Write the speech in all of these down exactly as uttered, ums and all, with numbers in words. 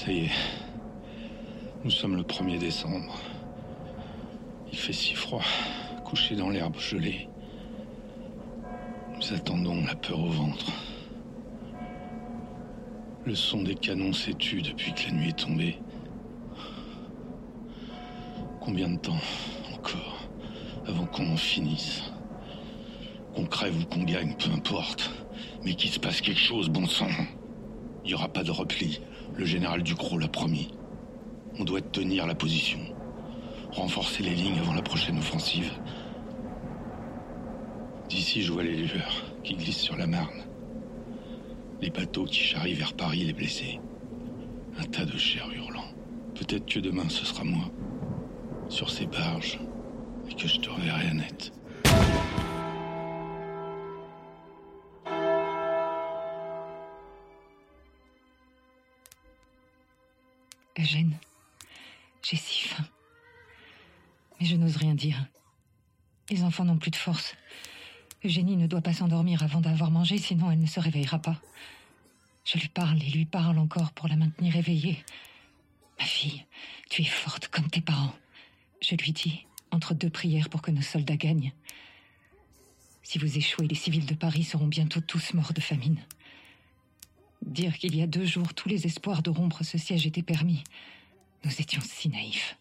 Ça y est. Nous sommes le premier décembre. Il fait si froid, couché dans l'herbe gelée. Nous attendons la peur au ventre. Le son des canons s'est tu depuis que la nuit est tombée. Combien de temps encore avant qu'on en finisse? Qu'on crève ou qu'on gagne, peu importe. Mais qu'il se passe quelque chose, bon sang. Il n'y aura pas de repli. Le général Ducrot l'a promis. On doit tenir la position. Renforcer les lignes avant la prochaine offensive. D'ici, je vois les lueurs qui glissent sur la Marne. Les bateaux qui charrient vers Paris les blessés. Un tas de chair hurlant. Peut-être que demain, ce sera moi. Sur ces barges. Et que je te reverrai, Annette. Eugène, j'ai si faim. Mais je n'ose rien dire. Les enfants n'ont plus de force. Eugénie ne doit pas s'endormir avant d'avoir mangé, sinon elle ne se réveillera pas. Je lui parle et lui parle encore pour la maintenir éveillée. Ma fille, tu es forte comme tes parents. Je lui dis, entre deux prières pour que nos soldats gagnent. Si vous échouez, les civils de Paris seront bientôt tous morts de famine. Dire qu'il y a deux jours, tous les espoirs de rompre ce siège étaient permis. Nous étions si naïfs.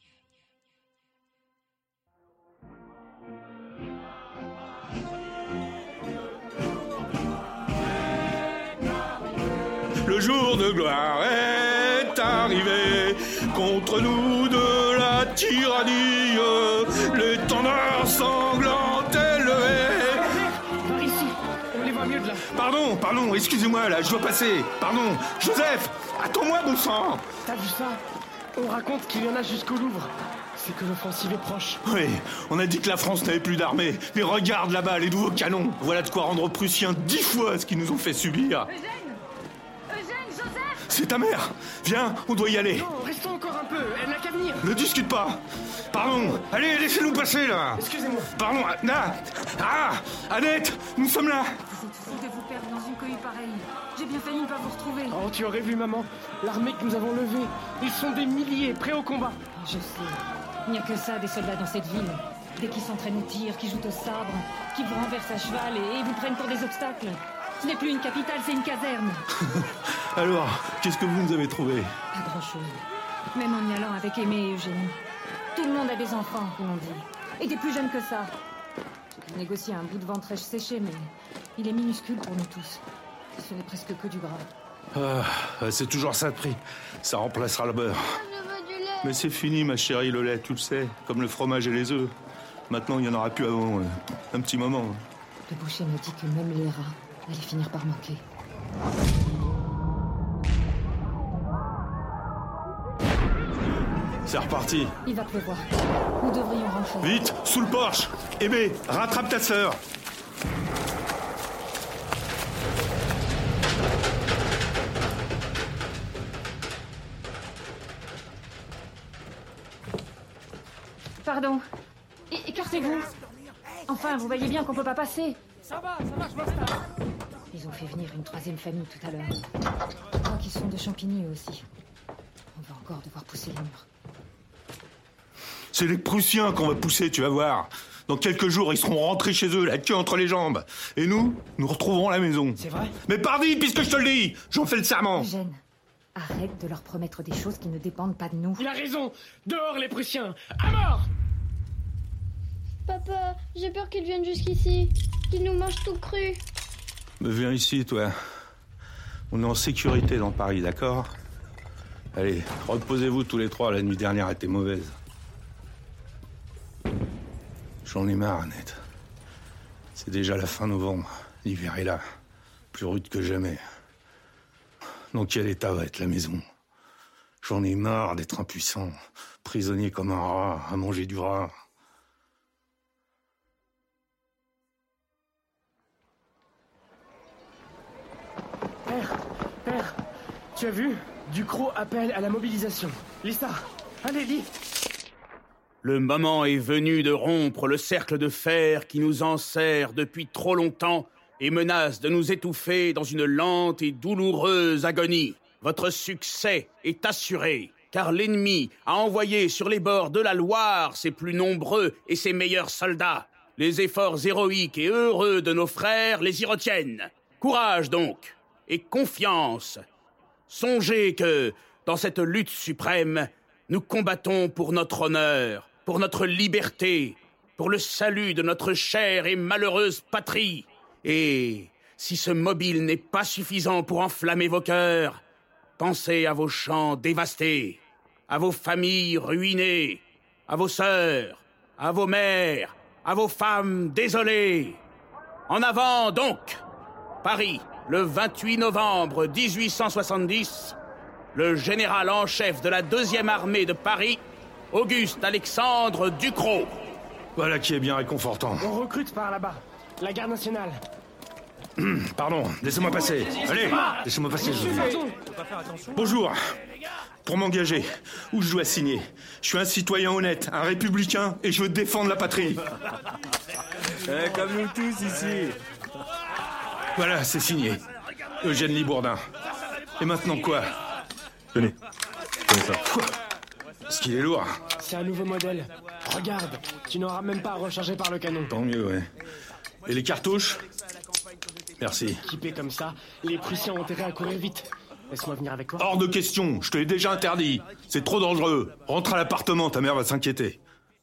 Le jour de gloire est arrivé, contre nous de la tyrannie, l'étendard sanglant est levé. Par ici, on les voit mieux de là. Pardon, pardon, excusez-moi là, je dois passer. Pardon, Joseph, attends-moi, bon sang. T'as vu ça? On raconte qu'il y en a jusqu'au Louvre. C'est que l'offensive est proche. Oui, on a dit que la France n'avait plus d'armée. Mais regarde là-bas, les nouveaux canons. Voilà de quoi rendre aux Prussiens dix fois ce qu'ils nous ont fait subir. Eugène Eugène, Joseph! C'est ta mère. Viens, on doit y aller. Non, restons encore un peu, elle n'a qu'à venir. Ne discute pas. Pardon, allez, laissez-nous passer là. Excusez-moi. Pardon, Anna. Ah, Annette, nous sommes là. Vous êtes fou de vous perdre dans une cohue pareille. J'ai bien failli ne pas vous retrouver. Oh, tu aurais vu, maman. L'armée que nous avons levée. Ils sont des milliers, prêts au combat. Je sais. Il n'y a que ça, des soldats dans cette ville. Dès qu'ils s'entraînent au tir, qui jouent au sabre, qui vous renversent à cheval et, et vous prennent pour des obstacles. Ce n'est plus une capitale, c'est une caserne. Alors, qu'est-ce que vous nous avez trouvé? Pas grand-chose. Même en y allant avec Aimé et Eugénie. Tout le monde a des enfants, ils m'ont dit. Et des plus jeunes que ça. J'ai négocié un bout de ventrèche séché, mais il est minuscule pour nous tous. Ce n'est presque que du gras. Ah, c'est toujours ça de prix. Ça remplacera le beurre. Je veux du lait. Mais c'est fini, ma chérie, le lait, tu le sais. Comme le fromage et les œufs. Maintenant, il n'y en aura plus avant euh, un petit moment. Le boucher m'a dit que même les rats allaient finir par manquer. C'est reparti. Il va pleuvoir. Nous devrions rentrer. Vite, sous le porche. Aimé, rattrape ta sœur. Pardon. É- Écartez-vous. Enfin, vous voyez bien qu'on peut pas passer. Ça va, ça va, je m'installe. Ils ont fait venir une troisième famille tout à l'heure. Je crois qu'ils sont de Champigny eux aussi. On va encore devoir pousser les murs. C'est les Prussiens qu'on va pousser, tu vas voir. Dans quelques jours, ils seront rentrés chez eux, la queue entre les jambes. Et nous, nous retrouverons la maison. C'est vrai? Mais pardi, puisque je te le dis. J'en fais le serment. Eugène, arrête de leur promettre des choses qui ne dépendent pas de nous. Il a raison. Dehors les Prussiens. À mort. Papa, j'ai peur qu'ils viennent jusqu'ici. Qu'ils nous mangent tout cru. Mais viens ici, toi. On est en sécurité dans Paris, d'accord? Allez, reposez-vous tous les trois, la nuit dernière était mauvaise. J'en ai marre, Annette. C'est déjà la fin novembre. L'hiver est là. Plus rude que jamais. Dans quel état va être la maison? J'en ai marre d'être impuissant. Prisonnier comme un rat, à manger du rat. Père, père, tu as vu? Ducrot appelle à la mobilisation. Lis ça. Allez, lis. Le moment est venu de rompre le cercle de fer qui nous enserre depuis trop longtemps et menace de nous étouffer dans une lente et douloureuse agonie. votre succès est assuré, car l'ennemi a envoyé sur les bords de la Loire ses plus nombreux et ses meilleurs soldats. Les efforts héroïques et heureux de nos frères les y retiennent. Courage donc, et confiance. Songez que, dans cette lutte suprême, nous combattons pour notre honneur, pour notre liberté, pour le salut de notre chère et malheureuse patrie. Et si ce mobile n'est pas suffisant pour enflammer vos cœurs, pensez à vos champs dévastés, à vos familles ruinées, à vos sœurs, à vos mères, à vos femmes désolées. En avant donc! Paris, le vingt-huit novembre mille huit cent soixante-dix, le général en chef de la deuxième armée de Paris, Auguste Alexandre Ducrot. Voilà qui est bien réconfortant. On recrute par là-bas. La garde nationale. Pardon, laissez-moi passer. Allez, laissez-moi passer. Je... Bonjour. Pour m'engager, où je dois signer? Je suis un citoyen honnête, un républicain, et je veux défendre la patrie. Eh, comme nous tous ici. Voilà, c'est signé. Eugène Libourdin. Et maintenant quoi? Tenez, tenez ça. Ce qu'il est lourd. C'est un nouveau modèle. Regarde, tu n'auras même pas à recharger par le canon. Tant mieux, ouais. Et les cartouches? Merci. Équipés comme ça, les Prussiens ont intérêt à courir vite. Laisse-moi venir avec toi. Hors de question, je te l'ai déjà interdit. C'est trop dangereux. Rentre à l'appartement, ta mère va s'inquiéter.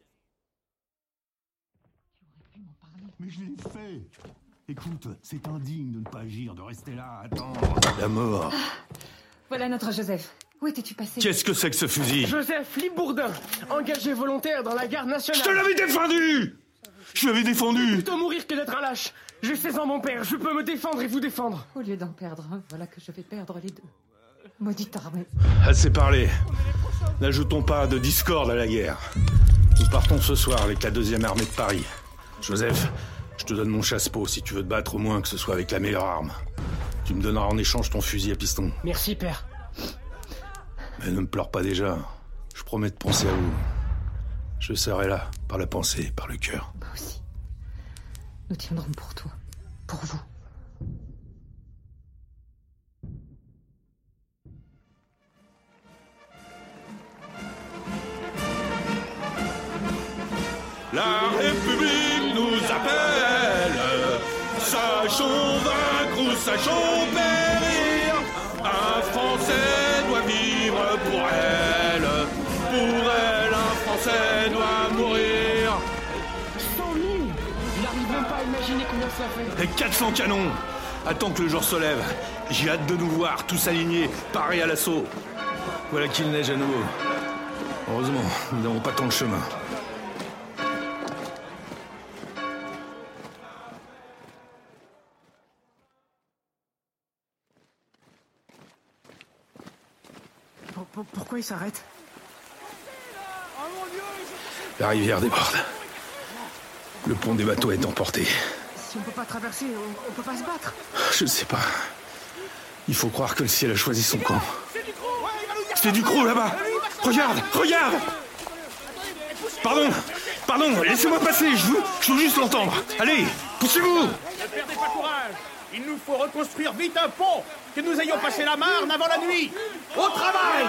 Mais je l'ai fait. Écoute, c'est indigne de ne pas agir, de rester là, à attendre. La mort. Ah, voilà notre Joseph. Où étais-tu passé? Qu'est-ce que c'est que ce fusil? Joseph Libourdin, engagé volontaire dans la garde nationale. Je te l'avais défendu! Je l'avais défendu! Plutôt mourir que d'être un lâche. J'ai seize ans, mon père, je peux me défendre et vous défendre. Au lieu d'en perdre un, voilà que je vais perdre les deux. Maudite armée. Assez parlé. N'ajoutons pas de discorde à la guerre. Nous partons ce soir avec la deuxième armée de Paris. Joseph, je te donne mon chasse-peau si tu veux te battre, au moins que ce soit avec la meilleure arme. Tu me donneras en échange ton fusil à piston. Merci, père. Mais ne me pleure pas déjà. Je promets de penser à vous. Je serai là, par la pensée, par le cœur. Moi aussi. Nous tiendrons pour toi. Pour vous. La République nous appelle. Sachons vaincre ou sachons périr. Un Français doit vivre pour elle. Pour elle, un Français doit mourir. cent mille. Je n'arrive même pas à imaginer combien ça fait. Et quatre cents canons. Attends que le jour se lève. J'ai hâte de nous voir, tous alignés, parés à l'assaut. Voilà qu'il neige à nouveau. Heureusement, nous n'avons pas tant de chemin. Pourquoi il s'arrête? La rivière déborde. Le pont des bateaux est emporté. Si on peut pas traverser, on, on peut pas se battre. Je ne sais pas. Il faut croire que le ciel a choisi son camp. C'est Ducrot là-bas. Regarde, regarde. Pardon, pardon, laissez-moi passer, je veux, je veux juste l'entendre. Allez, poussez-vous. Ne perdez pas courage. Il nous faut reconstruire vite un pont, que nous ayons passé la Marne avant la nuit. Au travail!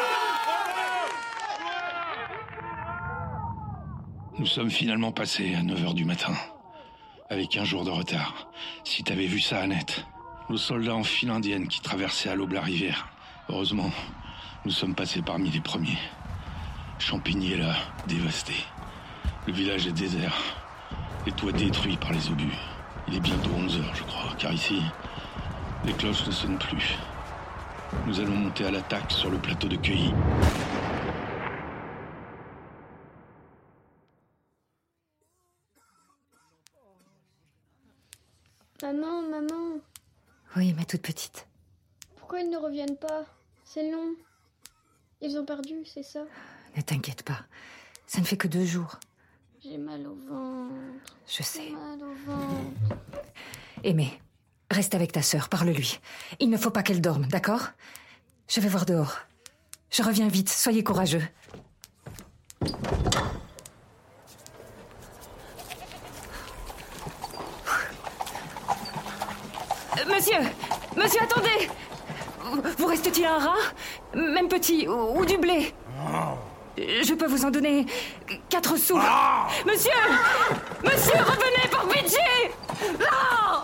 Nous sommes finalement passés à neuf heures du matin, avec un jour de retard. Si t'avais vu ça, Annette. Nos soldats en file indienne qui traversaient à l'aube la rivière. Heureusement, nous sommes passés parmi les premiers. Champigny est là, dévasté. Le village est désert. Les toits détruits par les obus. Il est bientôt onze heures, je crois, car ici, les cloches ne sonnent plus. Nous allons monter à l'attaque sur le plateau de Cueilly. Maman, maman, Oui, ma toute petite. pourquoi ils ne reviennent pas? C'est long. Ils ont perdu, c'est ça? Ne t'inquiète pas. Ça ne fait que deux jours. J'ai mal au ventre. Je sais. J'ai mal au ventre. Aimé, reste avec ta sœur, parle-lui. Il ne faut pas qu'elle dorme, d'accord? Je vais voir dehors. Je reviens vite, soyez courageux. Euh, Monsieur! Monsieur, attendez! Vous reste-t-il un rat? Même petit, ou, ou du blé? Je peux vous en donner quatre sous. Monsieur! Monsieur, revenez par pitié! Non!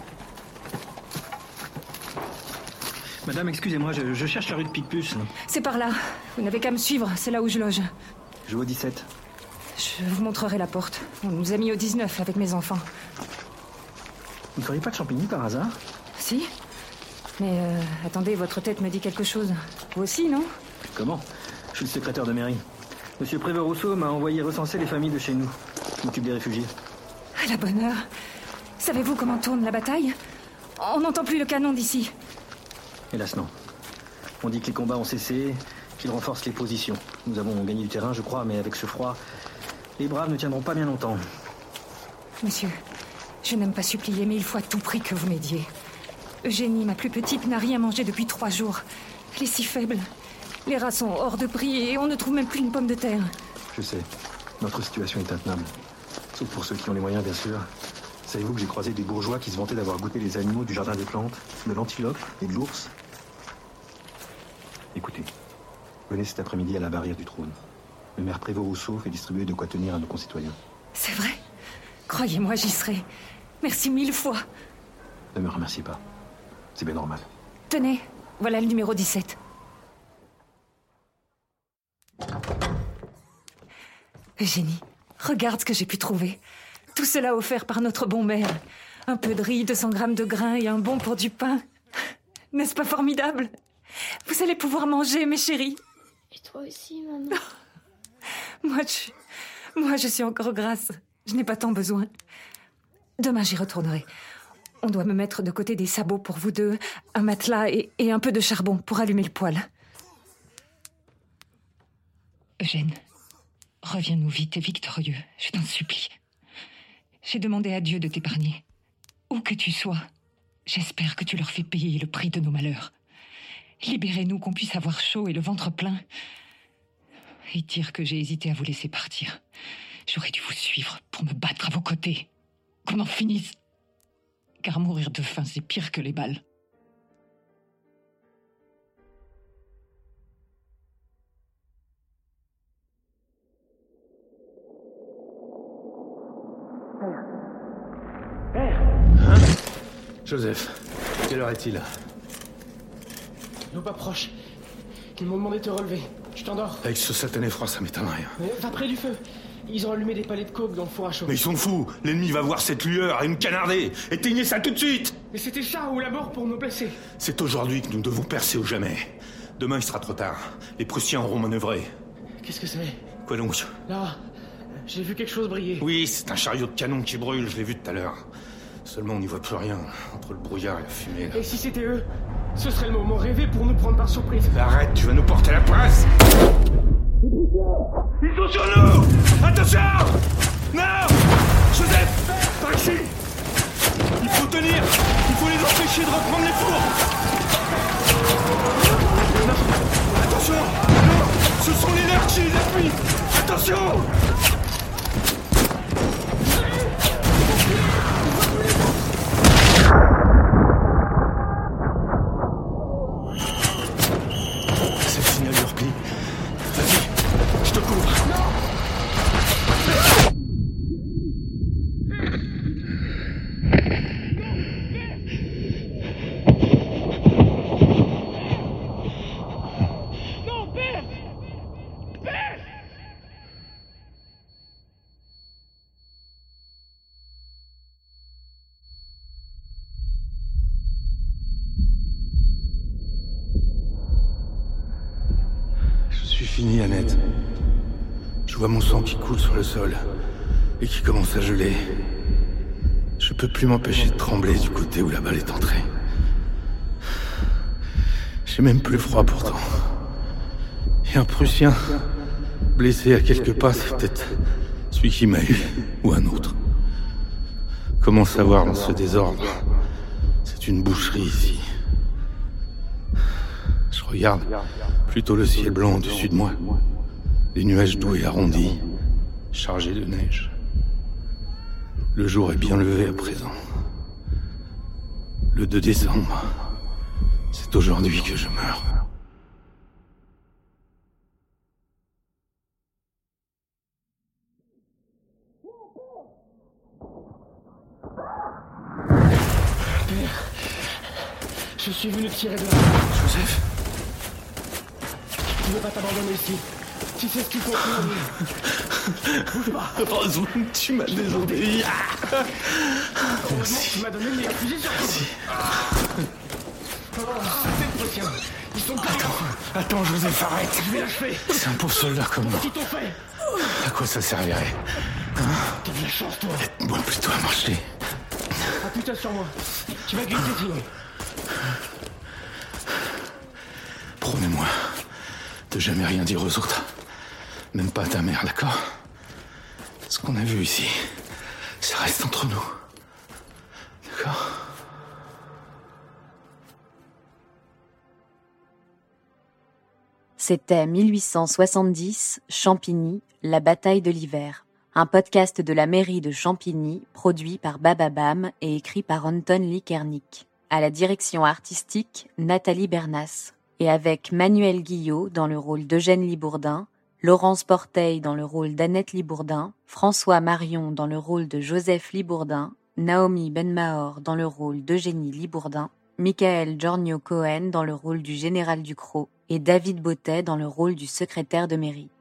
Madame, excusez-moi, je, je cherche la rue de Picpus. C'est par là. Vous n'avez qu'à me suivre, c'est là où je loge. Je vais au dix-sept. Je vous montrerai la porte. On nous a mis au dix-neuf avec mes enfants. Vous ne feriez pas de Champigny par hasard? Si. Mais euh, attendez, votre tête me dit quelque chose. Vous aussi, non? Comment? Je suis le secrétaire de mairie. Monsieur Prévost-Rousseau m'a envoyé recenser les familles de chez nous. Je m'occupe des réfugiés. À la bonne heure. Savez-vous comment tourne la bataille? On n'entend plus le canon d'ici. Hélas non. On dit que les combats ont cessé, qu'ils renforcent les positions. Nous avons gagné du terrain, je crois, mais avec ce froid, les braves ne tiendront pas bien longtemps. Monsieur, je n'aime pas supplier, mais il faut à tout prix que vous m'aidiez. Eugénie, ma plus petite, n'a rien mangé depuis trois jours. Elle est si faible. Les rats sont hors de prix et on ne trouve même plus une pomme de terre. Je sais. Notre situation est intenable. Sauf pour ceux qui ont les moyens, bien sûr. Savez-vous que j'ai croisé des bourgeois qui se vantaient d'avoir goûté les animaux du jardin des plantes, de l'antilope et de l'ours? Écoutez, venez cet après-midi à la barrière du trône. Le maire Prévost-Rousseau fait distribuer de quoi tenir à nos concitoyens. C'est vrai? Croyez-moi, j'y serai. Merci mille fois. Ne me remerciez pas. C'est bien normal. Tenez, voilà le numéro dix-sept. Eugénie, regarde ce que j'ai pu trouver. Tout cela offert par notre bon maire. Un peu de riz, deux cents grammes de grains et un bon pour du pain. N'est-ce pas formidable? Vous allez pouvoir manger, mes chéris. Et toi aussi, maman. Moi, je... Moi, je suis encore grasse. Je n'ai pas tant besoin. Demain, j'y retournerai. On doit me mettre de côté des sabots pour vous deux, un matelas et, et un peu de charbon pour allumer le poêle. Eugène, reviens-nous vite et victorieux, je t'en supplie. J'ai demandé à Dieu de t'épargner. Où que tu sois, j'espère que tu leur fais payer le prix de nos malheurs. Libérez-nous, qu'on puisse avoir chaud et le ventre plein. Et dire que j'ai hésité à vous laisser partir. J'aurais dû vous suivre pour me battre à vos côtés. Qu'on en finisse. Car mourir de faim, c'est pire que les balles. Hein? Joseph, quelle heure est-il? Nous pas proches. Ils m'ont demandé de te relever. Tu t'endors? Avec ce satané froid, ça m'étonne rien. Mais va près du feu. Ils ont allumé des palets de coke dans le four à chaud. Mais ils sont fous. L'ennemi va voir cette lueur et me canarder. Éteignez ça tout de suite. Mais c'était ça ou la mort pour nous placer. C'est aujourd'hui que nous devons percer ou jamais. Demain, il sera trop tard. Les Prussiens auront manœuvré. Qu'est-ce que c'est? Quoi donc? Là, j'ai vu quelque chose briller. Oui, c'est un chariot de canon qui brûle, je l'ai vu tout à l'heure. Seulement, on n'y voit plus rien. Entre le brouillard et la fumée, là. Et si c'était eux? Ce serait le moment rêvé pour nous prendre par surprise. Arrête, tu vas nous porter la poisse. Ils sont sur nous! Attention! Non! Joseph! Par ici! Il faut tenir! Il faut les empêcher de reprendre les fours! Non! Attention! Non! Ce sont les leurs qui les appuient! Attention! C'est le signal de repli. Vas-y, je te couvre. Non, père! Père! Je suis fini, Annette. Je vois mon sang qui coule sur le sol et qui commence à geler. Je peux plus m'empêcher de trembler du côté où la balle est entrée. J'ai même plus froid pourtant. Et un Prussien, blessé à quelques pas, c'est peut-être celui qui m'a eu, ou un autre. Comment savoir dans ce désordre? C'est une boucherie ici. Je regarde plutôt le ciel blanc au-dessus de moi. Les nuages doux et arrondis, chargés de neige. Le jour est bien levé à présent. Le deux décembre. C'est aujourd'hui que je meurs. Père, je suis venu tirer de là. Joseph? Tu ne veux pas t'abandonner ici. Si c'est ce qu'il faut pour nous. Bouge pas. Heureusement que tu m'as désobéi. Heureusement que tu m'as donné le meilleur fusil sur toi. Merci. Oh, c'est le tien. Ils sont combien? Attends, Joseph, arrête. Je vais l'achever. C'est un pauvre soldat comme moi. Qu'est-ce qu'ils t'ont fait? À quoi ça servirait? Hein? T'as de la chance, toi. Aide-moi plutôt à marcher. Appuie-toi sur moi. Tu vas glisser sinon. Promets-moi de jamais rien dire aux autres. Même pas à ta mère, d'accord? Ce qu'on a vu ici, ça reste entre nous. D'accord? C'était mille huit cent soixante-dix, Champigny, la bataille de l'hiver. Un podcast de la mairie de Champigny, produit par Bababam et écrit par Anton Likernik. À la direction artistique, Nathalie Bernas. Et avec Manuel Guillot dans le rôle d'Eugène Libourdin, Laurence Porteil dans le rôle d'Annette Libourdin, François Marion dans le rôle de Joseph Libourdin, Naomi Benmahor dans le rôle d'Eugénie Libourdin, Michael Giorgio Cohen dans le rôle du général Ducrot et David Bottet dans le rôle du secrétaire de mairie.